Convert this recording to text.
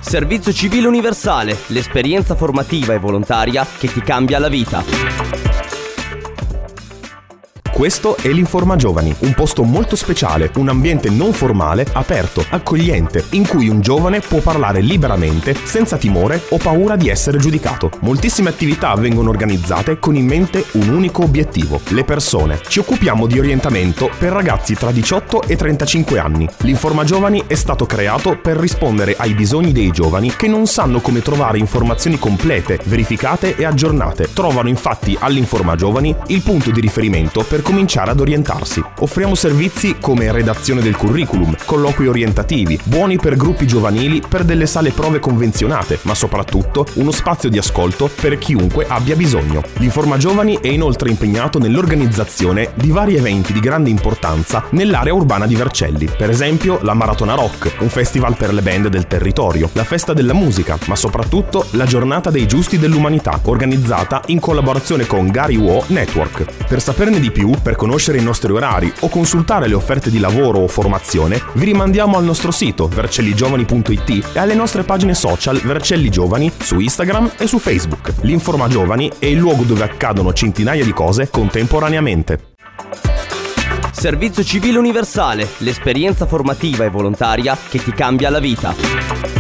Servizio civile universale, l'esperienza formativa e volontaria che ti cambia la vita. Questo è l'Informa Giovani, un posto molto speciale, un ambiente non formale, aperto, accogliente, in cui un giovane può parlare liberamente, senza timore o paura di essere giudicato. Moltissime attività vengono organizzate con in mente un unico obiettivo: le persone. Ci occupiamo di orientamento per ragazzi tra 18 e 35 anni. L'Informa Giovani è stato creato per rispondere ai bisogni dei giovani che non sanno come trovare informazioni complete, verificate e aggiornate. Trovano infatti all'Informa Giovani il punto di riferimento per cominciare ad orientarsi. Offriamo servizi come redazione del curriculum, colloqui orientativi, buoni per gruppi giovanili per delle sale prove convenzionate, ma soprattutto uno spazio di ascolto per chiunque abbia bisogno. L'Informa Giovani è inoltre impegnato nell'organizzazione di vari eventi di grande importanza nell'area urbana di Vercelli, per esempio la Maratona Rock, un festival per le band del territorio, la Festa della Musica, ma soprattutto la Giornata dei Giusti dell'Umanità, organizzata in collaborazione con Gary Wo Network. Per saperne di più, per conoscere i nostri orari o consultare le offerte di lavoro o formazione, vi rimandiamo al nostro sito vercelligiovani.it e alle nostre pagine social Vercelli Giovani su Instagram e su Facebook. L'Informa Giovani è il luogo dove accadono centinaia di cose contemporaneamente. Servizio civile universale, l'esperienza formativa e volontaria che ti cambia la vita.